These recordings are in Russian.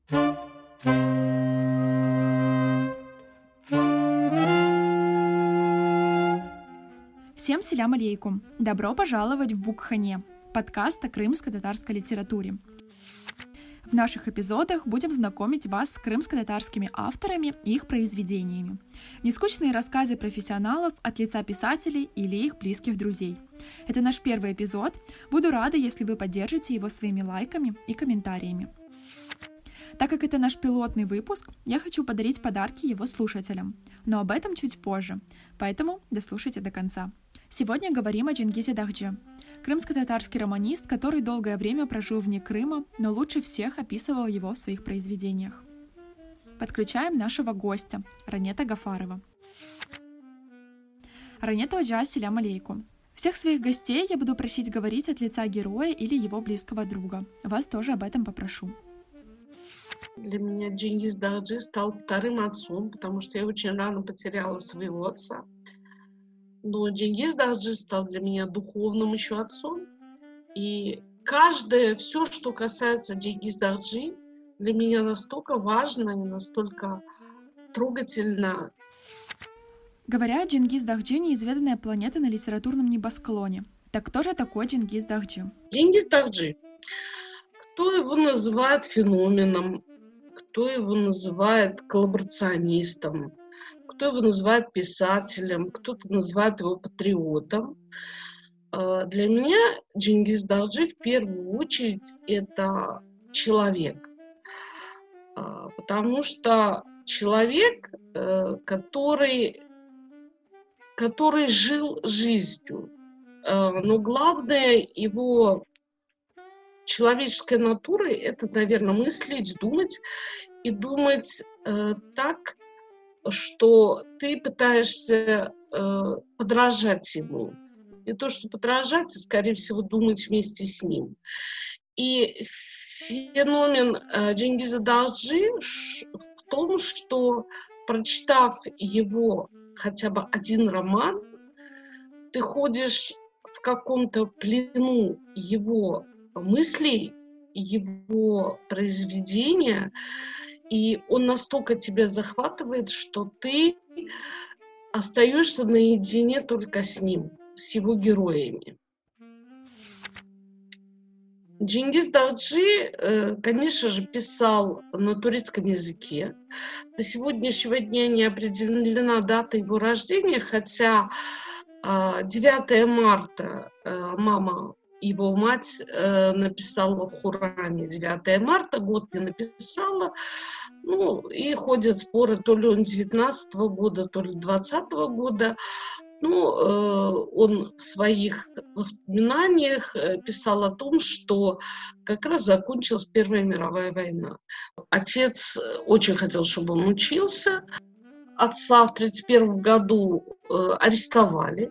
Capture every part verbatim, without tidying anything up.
Всем селям алейкум! Добро пожаловать в Букхане, подкаст о крымско-татарской литературе. В наших эпизодах будем знакомить вас с крымско-татарскими авторами и их произведениями. Нескучные рассказы профессионалов от лица писателей или их близких друзей. Это наш первый эпизод. Буду рада, если вы поддержите его своими лайками и комментариями. Так как это наш пилотный выпуск, я хочу подарить подарки его слушателям, но об этом чуть позже, поэтому дослушайте до конца. Сегодня говорим о Чингизе Дахче, крымско-татарский романист, который долгое время прожил вне Крыма, но лучше всех описывал его в своих произведениях. Подключаем нашего гостя, Ранета Гафарова. Ранета Оджа, селям алейкум. Всех своих гостей я буду просить говорить от лица героя или его близкого друга. Вас тоже об этом попрошу. Для меня Чингиз Дахче стал вторым отцом, потому что я очень рано потеряла своего отца. Но Чингиз Дахче стал для меня духовным еще отцом. И каждое, все, что касается Чингиз Дахче, для меня настолько важно и настолько трогательно. Говоря о Чингиз Дахче, неизведанная планета на литературном небосклоне. Так кто же такой Чингиз Дахче? Чингиз Дахче. Кто его называет феноменом, кто его называет коллаборационистом, кто его называет писателем, кто-то называет его патриотом. Для меня Чингиз Дахче в первую очередь это человек. Потому что человек, который, который жил жизнью. Но главное его человеческой натурой это, наверное, мыслить, думать и думать э, так, что ты пытаешься э, подражать ему. И то, что подражать, и, скорее всего, думать вместе с ним. И феномен э, Чингиза Дахче в том, что, прочитав его хотя бы один роман, ты ходишь в каком-то плену его мыслей, его произведения, и он настолько тебя захватывает, что ты остаешься наедине только с ним, с его героями. Чингиз Дахче, конечно же, писал на турецком языке. До сегодняшнего дня не определена дата его рождения, хотя девятого марта мама его мать э, написала в Хуране девятого марта, год не написала. Ну, и ходят споры, то ли он девятнадцатого года, то ли двадцатого года. Ну, э, он в своих воспоминаниях писал о том, что как раз закончилась Первая мировая война. Отец очень хотел, чтобы он учился. Отца в тридцать первом году э, арестовали.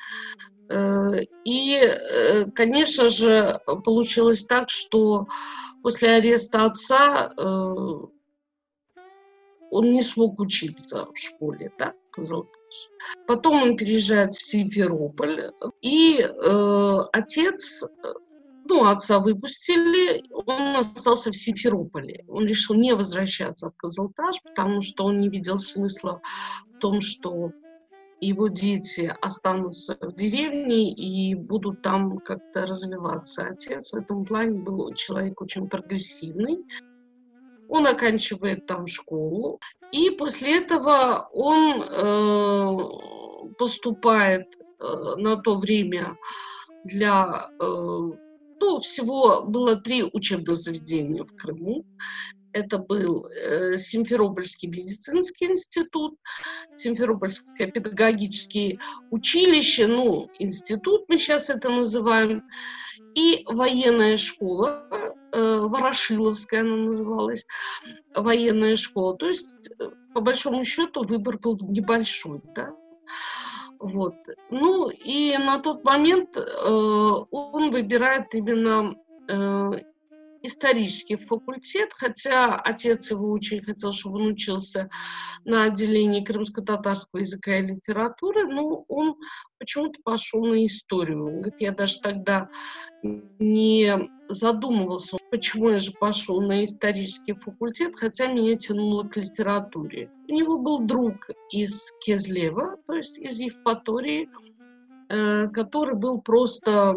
И, конечно же, получилось так, что после ареста отца он не смог учиться в школе, да, Потом он переезжает в Симферополь, и э, отец, ну, отца выпустили, он остался в Симферополе. Он решил не возвращаться в Кызылташ, потому что он не видел смысла в том, что его дети останутся в деревне и будут там как-то развиваться. Отец в этом плане был человек очень прогрессивный. Он оканчивает там школу. И после этого он э, поступает э, на то время для... Э, ну, всего было три учебных заведения в Крыму. Это был э, Симферопольский медицинский институт, Симферопольское педагогическое училище, ну, институт мы сейчас это называем, и военная школа, э, Ворошиловская она называлась, военная школа. То есть, по большому счету, выбор был небольшой, да. Вот. Ну, и на тот момент э, он выбирает именно э, исторический факультет, хотя отец его очень хотел, чтобы он учился на отделении крымско-татарского языка и литературы, но он почему-то пошел на историю. Он говорит, я даже тогда не задумывался, почему я же пошел на исторический факультет, хотя меня тянуло к литературе. У него был друг из Кезлева, то есть из Евпатории, э, который был просто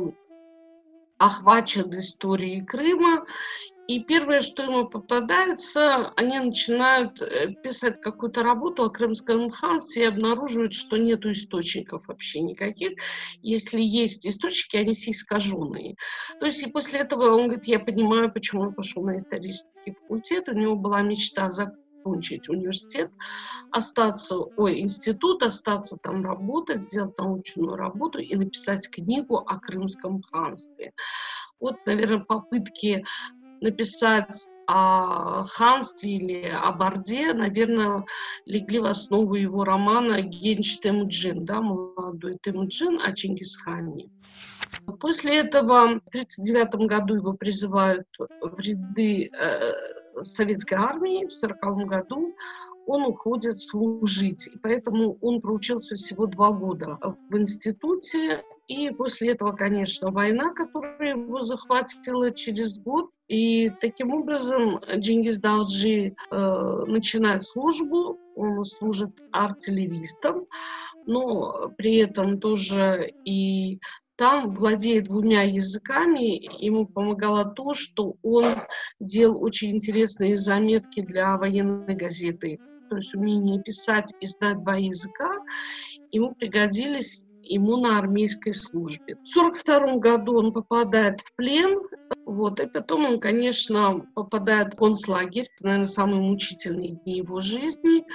охвачен историей Крыма. И первое, что ему попадается, они начинают писать какую-то работу о Крымском ханстве и обнаруживают, что нету источников вообще никаких. Если есть источники, они все искаженные. То есть и после этого он говорит, я понимаю, почему он пошел на исторический факультет. У него была мечта закончить университет, остаться, ой, институт, остаться там работать, сделать научную работу и написать книгу о Крымском ханстве. Вот, наверное, попытки написать о ханстве или об Орде, наверное, легли в основу его романа «Генч Темуджин», да, молодой Темуджин о Чингисхане. После этого в тридцать девятом году его призывают в ряды э, советской армии, в сороковом году он уходит служить. И поэтому он проучился всего два года в институте. И после этого, конечно, война, которая его захватила через год. И таким образом Чингис Далджи э, начинает службу, он служит артиллеристом, но при этом тоже и там владеет двумя языками. Ему помогало то, что он делал очень интересные заметки для военной газеты. То есть умение писать и знать два языка ему пригодились ему на армейской службе. В сорок втором году он попадает в плен, вот, и потом он, конечно, попадает в концлагерь. Это, наверное, самые мучительные дни его жизни.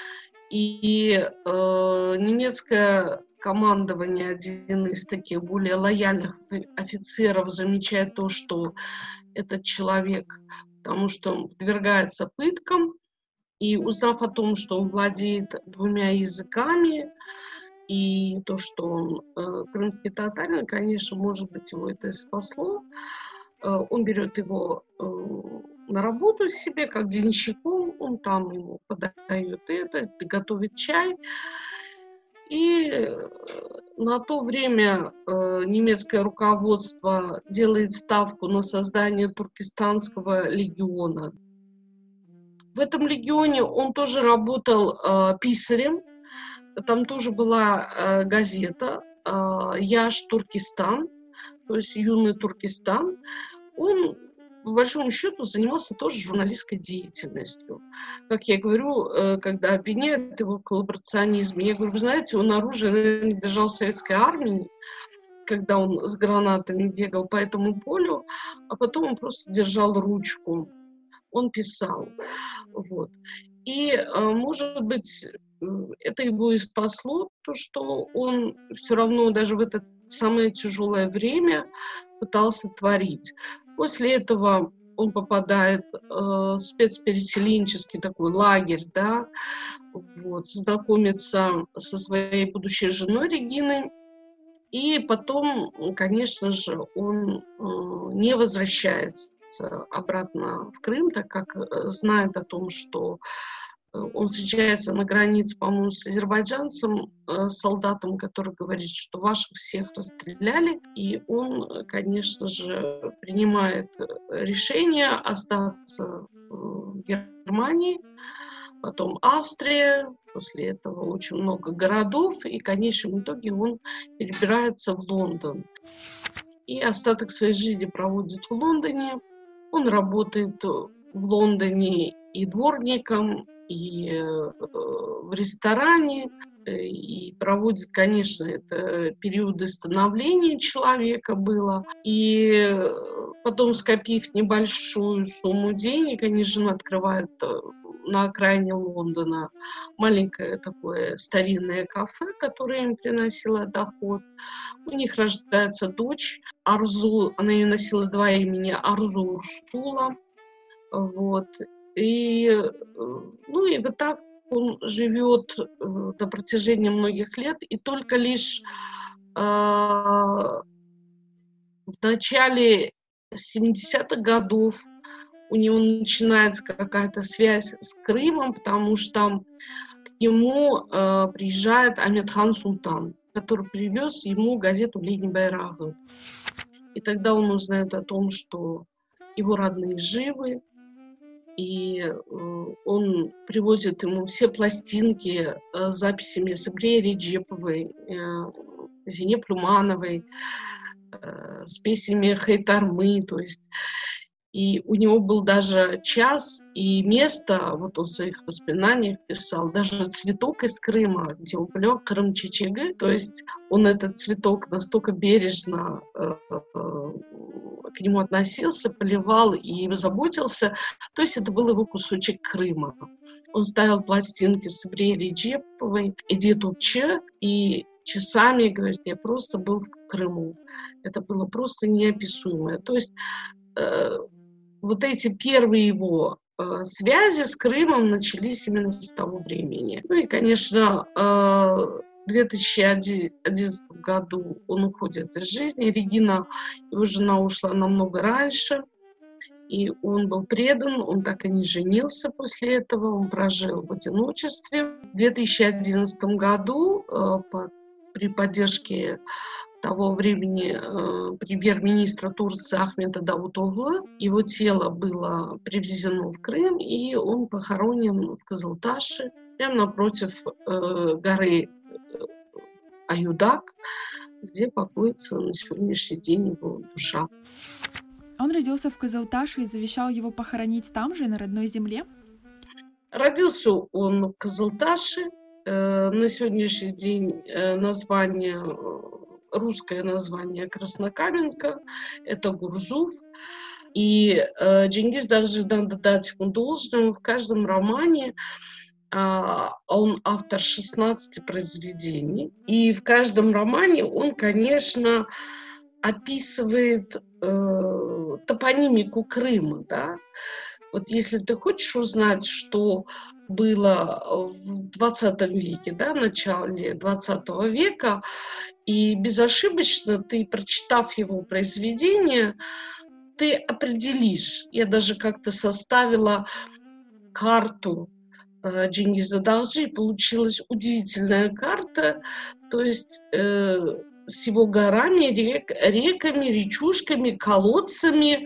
И э, немецкое командование, один из таких более лояльных офицеров, замечает то, что этот человек, потому что он подвергается пыткам, и узнав о том, что он владеет двумя языками, и то, что он э, крымский татарин, конечно, может быть, его это и спасло. Э, он берет его э, на работу себе, как денщиком, он там ему подает это, готовит чай. И э, на то время э, немецкое руководство делает ставку на создание Туркестанского легиона. В этом легионе он тоже работал э, писарем. Там тоже была э, газета э, «Яш Туркестан», то есть «Юный Туркестан». Он, по большому счету, занимался тоже журналистской деятельностью. Как я говорю, э, когда обвиняют его в коллаборационизме, я говорю, вы знаете, он оружие не держал в советской армии, когда он с гранатами бегал по этому полю, а потом он просто держал ручку, он писал. Вот. И, э, может быть, это его и спасло, то, что он все равно даже в это самое тяжелое время пытался творить. После этого он попадает э, в спецпереселенческий такой лагерь, да, вот, знакомится со своей будущей женой Региной. И потом, конечно же, он э, не возвращается обратно в Крым, так как э, знает о том, что он встречается на границе, по-моему, с азербайджанцем, э, солдатом, который говорит, что ваших всех расстреляли. И он, конечно же, принимает решение остаться в Германии, потом Австрия, после этого очень много городов, и в конечном итоге он перебирается в Лондон. И остаток своей жизни проводит в Лондоне. Он работает в Лондоне и дворником, и э, в ресторане, и проводит, конечно, это периоды становления человека было. И потом, скопив небольшую сумму денег, они с женой открывают на окраине Лондона маленькое такое старинное кафе, которое им приносило доход. У них рождается дочь Арзу, она ее носила два имени, Арзу Урсула. Вот. И, ну, и вот так он живет на протяжении многих лет, и только лишь э, в начале семидесятых годов у него начинается какая-то связь с Крымом, потому что к нему э, приезжает Ахмедхан Султан, который привез ему газету «Лени Байрагы». И тогда он узнает о том, что его родные живы, и э, он привозит ему все пластинки э, с записями Сабрии Реджеповой, э, Зине Плюмановой, э, с песнями Хайтармы, то есть. И у него был даже час и место, вот он в своих воспоминаниях писал, даже цветок из Крыма, где он полег Крым Чечеги, то есть он этот цветок настолько бережно э, э, к нему относился, поливал и заботился, то есть это был его кусочек Крыма. Он ставил пластинки с Сабрии Реджеповой, Эдит Утче, и часами, говорит, я просто был в Крыму. Это было просто неописуемое. То есть э, вот эти первые его э, связи с Крымом начались именно с того времени. Ну и, конечно, э, в две тысячи одиннадцатом году он уходит из жизни. Регина, его жена, ушла намного раньше. И он был предан, он так и не женился после этого, он прожил в одиночестве. В две тысячи одиннадцатом году э, по, при поддержке того времени э, премьер-министра Турции Ахмета Давутоглу его тело было привезено в Крым, и он похоронен в Кызылташе, прямо напротив э, горы Аюдак, где покоится на сегодняшний день его душа. Он родился в Кызылташе и завещал его похоронить там же, на родной земле? Родился он в Кызылташе. Э, на сегодняшний день э, название, русское название Краснокаменка, это Гурзуф. И э, Чингиз даже, надо дать ему должное, в каждом романе э, он автор шестнадцати произведений. И в каждом романе он, конечно, описывает э, топонимику Крыма, да. Вот если ты хочешь узнать, что было в двадцатом веке, да, в начале двадцатого века, и безошибочно ты, прочитав его произведение, ты определишь. Я даже как-то составила карту э, Чингиза Далджи, получилась удивительная карта, то есть э, с его горами, рек, реками, речушками, колодцами,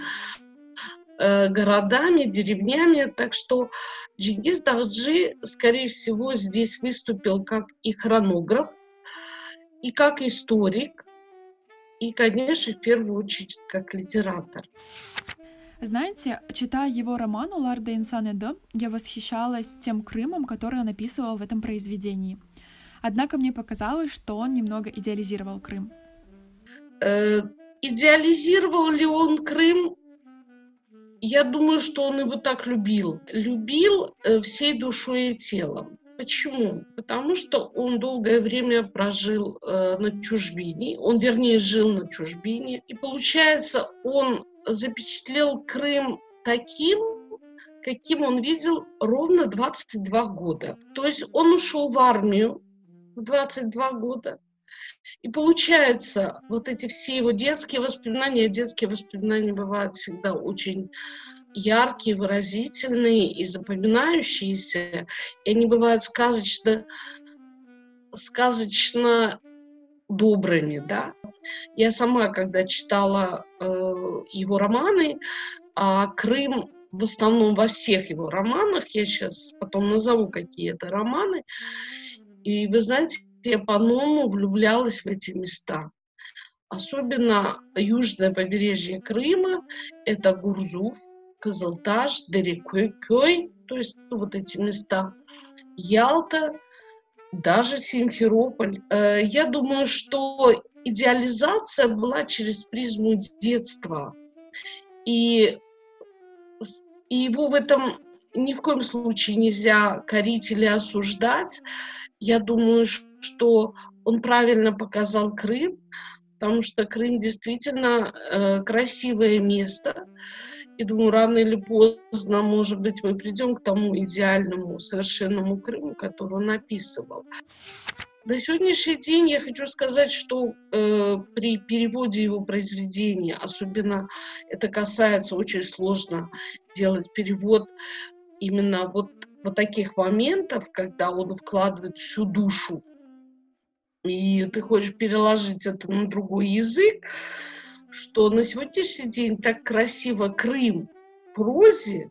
э, городами, деревнями. Так что Чингиз Далджи, скорее всего, здесь выступил как и хронограф, и как историк, и, конечно, в первую очередь, как литератор. Знаете, читая его роман «Уларда инсан эдо», я восхищалась тем Крымом, который он описывал в этом произведении. Однако мне показалось, что он немного идеализировал Крым. Э, идеализировал ли он Крым? Я думаю, что он его так любил. Любил э, всей душой и телом. Почему? Потому что он долгое время прожил э, на чужбине, он, вернее, жил на чужбине. И получается, он запечатлел Крым таким, каким он видел ровно двадцать два года. То есть он ушел в армию в двадцать два года. И получается, вот эти все его детские воспоминания, детские воспоминания бывают всегда очень яркие, выразительные и запоминающиеся. И они бывают сказочно, сказочно добрыми, да. Я сама, когда читала э, его романы, а Крым в основном во всех его романах, я сейчас потом назову, какие это романы, и вы знаете, я по-новому влюблялась в эти места. Особенно южное побережье Крыма, это Гурзуф, Кызылташ, Дерекөй, то есть ну, вот эти места, Ялта, даже Симферополь. Э, я думаю, что идеализация была через призму детства. И, и его в этом ни в коем случае нельзя корить или осуждать. Я думаю, что он правильно показал Крым, потому что Крым действительно э, красивое место. И думаю, рано или поздно, может быть, мы придем к тому идеальному, совершенному Крыму, который он описывал. На сегодняшний день я хочу сказать, что э, при переводе его произведения, особенно это касается, очень сложно делать перевод именно вот, вот таких моментов, когда он вкладывает всю душу, и ты хочешь переложить это на другой язык, что на сегодняшний день так красиво Крым в прозе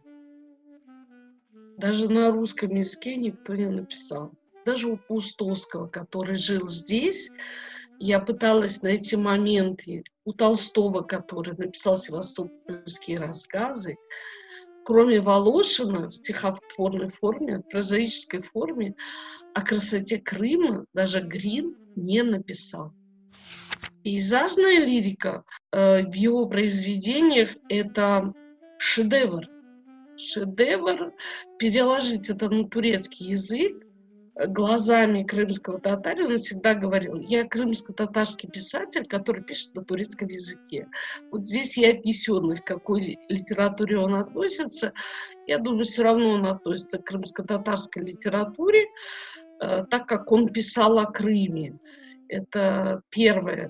даже на русском языке никто не написал. Даже у Паустовского, который жил здесь, я пыталась найти моменты. У Толстого, который написал севастопольские рассказы, кроме Волошина в стихотворной форме, в прозаической форме, о красоте Крыма даже Грин не написал. Пейзажная лирика э, в его произведениях – это шедевр. Шедевр. Переложить это на турецкий язык глазами крымского татарина, он всегда говорил: я крымско-татарский писатель, который пишет на турецком языке. Вот здесь я отнесенный, к какой литературе он относится. Я думаю, все равно он относится к крымско-татарской литературе, э, так как он писал о Крыме. Это первое,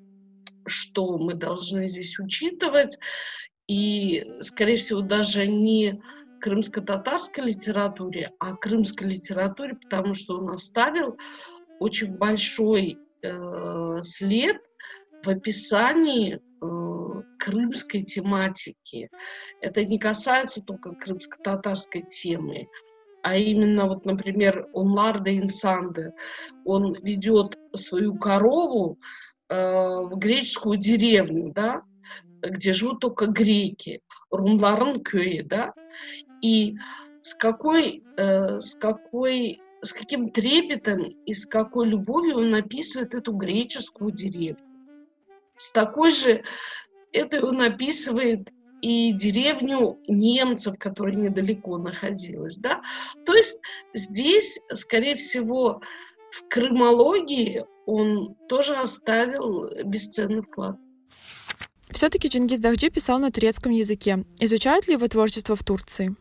что мы должны здесь учитывать. И, скорее всего, даже не крымско-татарской литературе, а крымской литературе, потому что он оставил очень большой э, след в описании э, крымской тематики. Это не касается только крымско-татарской темы, а именно, вот, например, Онларда Инсанды. Он ведет свою корову э, в греческую деревню, да, где живут только греки, Румларын кöyü, да, и с какой, э, с какой, с каким трепетом и с какой любовью он описывает эту греческую деревню. С такой же, это он описывает и деревню немцев, которая недалеко находилась, да. То есть здесь, скорее всего, в крымологии он тоже оставил бесценный вклад. Все-таки Чингиз Дахджи писал на турецком языке. Изучают ли его творчество в Турции?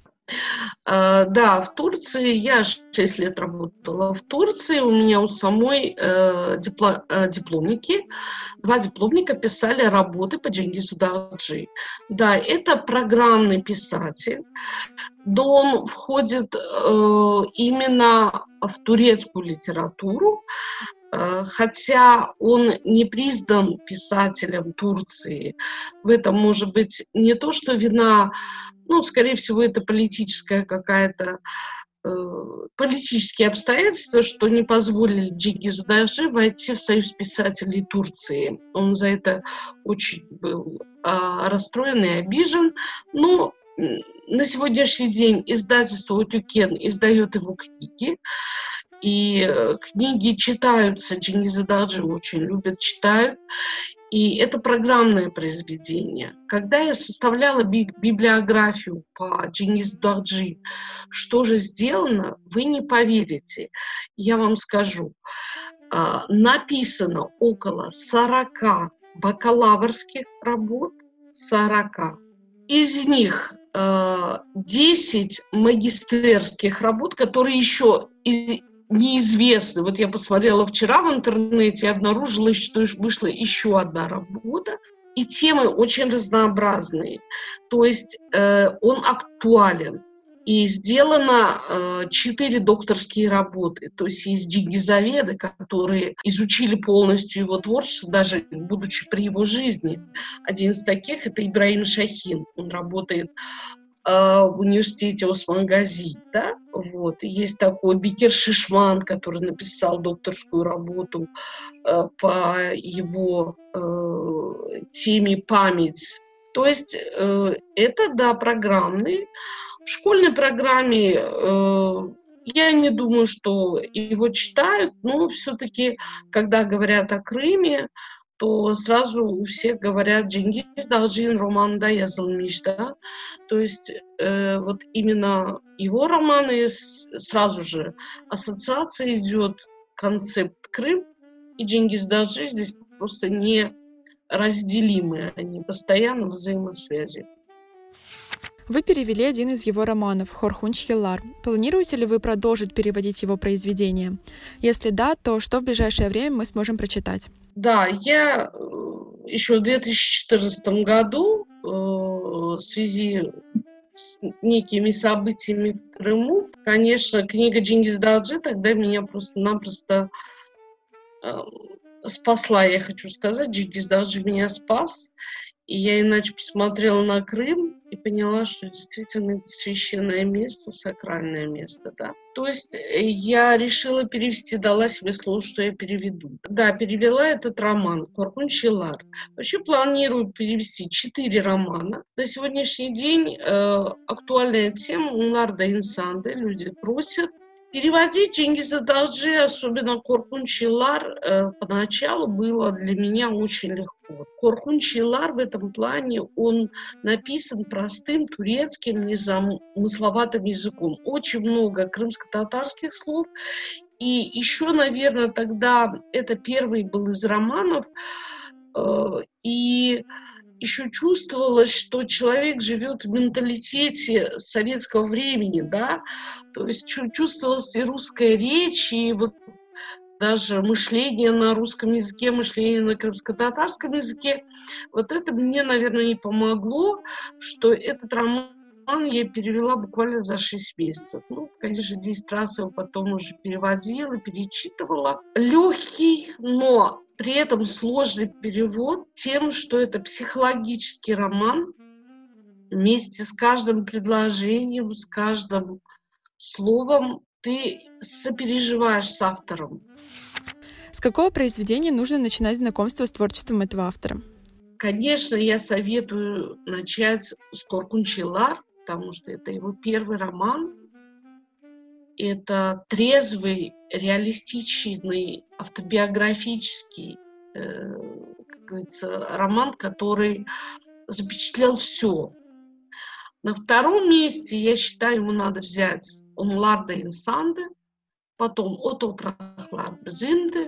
Uh, да, в Турции я шесть лет работала в Турции. У меня у самой uh, дипло, uh, дипломники, два дипломника писали работы по Чингизу Дахджи. Да, это программный писатель. Но он входит uh, именно в турецкую литературу, uh, хотя он не признан писателем Турции. В этом может быть не то, что вина. Ну, скорее всего, это политическая какая-то, э, политические обстоятельства, что не позволили Чингизу Дахджи войти в союз писателей Турции. Он за это очень был э, расстроен и обижен. Но на сегодняшний день издательство «Утюкен» издает его книги. И э, книги читаются, Чингиза Дахджи очень любят, читают. И это программное произведение. Когда я составляла би- библиографию по Чингизу Дахджи, что же сделано, вы не поверите. Я вам скажу. Э, написано около сорока бакалаврских работ, сорока. Из них э, десять магистерских работ, которые еще из, неизвестны. Вот я посмотрела вчера в интернете и обнаружила, что вышла еще одна работа. И темы очень разнообразные. То есть э, он актуален. И сделано четыре э, докторские работы. То есть есть чингизоведы, которые изучили полностью его творчество, даже будучи при его жизни. Один из таких – это Ибрагим Шахин. Он работает э, в университете Осман Гази. Да? Вот. И есть такой Бекир Шишман, который написал докторскую работу э, по его э, теме «Память». То есть э, это, да, программный. В школьной программе э, я не думаю, что его читают, но все-таки, когда говорят о Крыме, то сразу у всех говорят Чингиз Дахджи'nin романында yazılmış, да? То есть э, вот именно его романы, сразу же ассоциация идет, концепт Крым и Чингиз Дахджи здесь просто неразделимы, они постоянно в взаимосвязи. Вы перевели один из его романов «Хорхунч Еллар». Планируете ли вы продолжить переводить его произведения? Если да, то что в ближайшее время мы сможем прочитать? Да, я еще в две тысячи четырнадцатом году э, в связи с некими событиями в Крыму, конечно, книга Чингиза Дахджи тогда меня просто-напросто э, спасла, я хочу сказать, Чингиз Дахджи меня спас. И я иначе посмотрела на Крым и поняла, что действительно это священное место, сакральное место, да. То есть я решила перевести, дала себе слово, что я переведу. Да, перевела этот роман «Коркунчий Лар». Вообще планирую перевести четыре романа. На сегодняшний день э, актуальная тема Умларда Инсанды. Люди просят. Переводить Чингиза Дахджи, особенно «Коркунчий Лар», э, поначалу было для меня очень легко. «Коркунчий Лар» в этом плане, он написан простым турецким, незамысловатым языком. Очень много крымско-татарских слов. И еще, наверное, тогда это первый был из романов, э, и еще чувствовалось, что человек живет в менталитете советского времени, да, то есть чувствовалась и русская речь, и вот даже мышление на русском языке, мышление на крымско-татарском языке. Вот это мне, наверное, и помогло, что этот роман я перевела буквально за шесть месяцев. Ну, конечно, десять раз его потом уже переводила, перечитывала. Легкий, но при этом сложный перевод тем, что это психологический роман. Вместе с каждым предложением, с каждым словом ты сопереживаешь с автором. С какого произведения нужно начинать знакомство с творчеством этого автора? Конечно, я советую начать с «Коркунчий Лар», потому что это его первый роман. Это трезвый, реалистичный, автобиографический, э, как говорится, роман, который запечатлел все. На втором месте, я считаю, ему надо взять Умларда Инсанды, потом «О топрақлар біздіңді»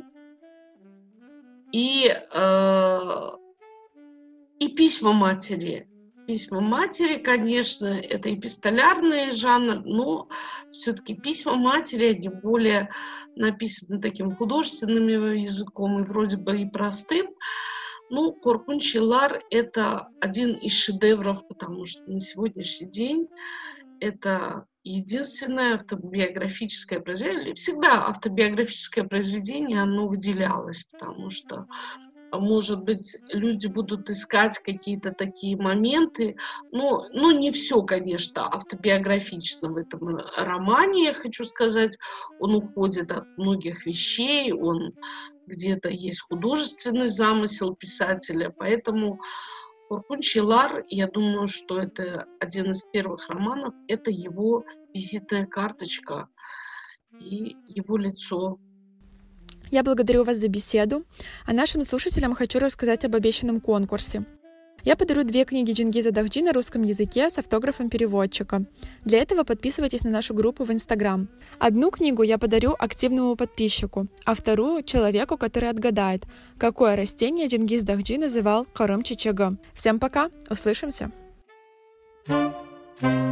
и, э, и «Письма матери». «Письма матери», конечно, это эпистолярный жанр, но все-таки «Письма матери», они более написаны таким художественным языком и вроде бы и простым. Ну, «Коркунчий Лар» — это один из шедевров, потому что на сегодняшний день это единственное автобиографическое произведение. Всегда автобиографическое произведение, оно выделялось, потому что, может быть, люди будут искать какие-то такие моменты, но, но не все, конечно, автобиографично в этом романе, я хочу сказать. Он уходит от многих вещей, он где-то есть художественный замысел писателя, поэтому «Коркунчий Лар», я думаю, что это один из первых романов, это его визитная карточка и его лицо. Я благодарю вас за беседу, а нашим слушателям хочу рассказать об обещанном конкурсе. Я подарю две книги Чингиза Дахджи на русском языке с автографом переводчика. Для этого подписывайтесь на нашу группу в Инстаграм. Одну книгу я подарю активному подписчику, а вторую — человеку, который отгадает, какое растение Чингиз Дахджи называл Карым чечегі. Всем пока, услышимся!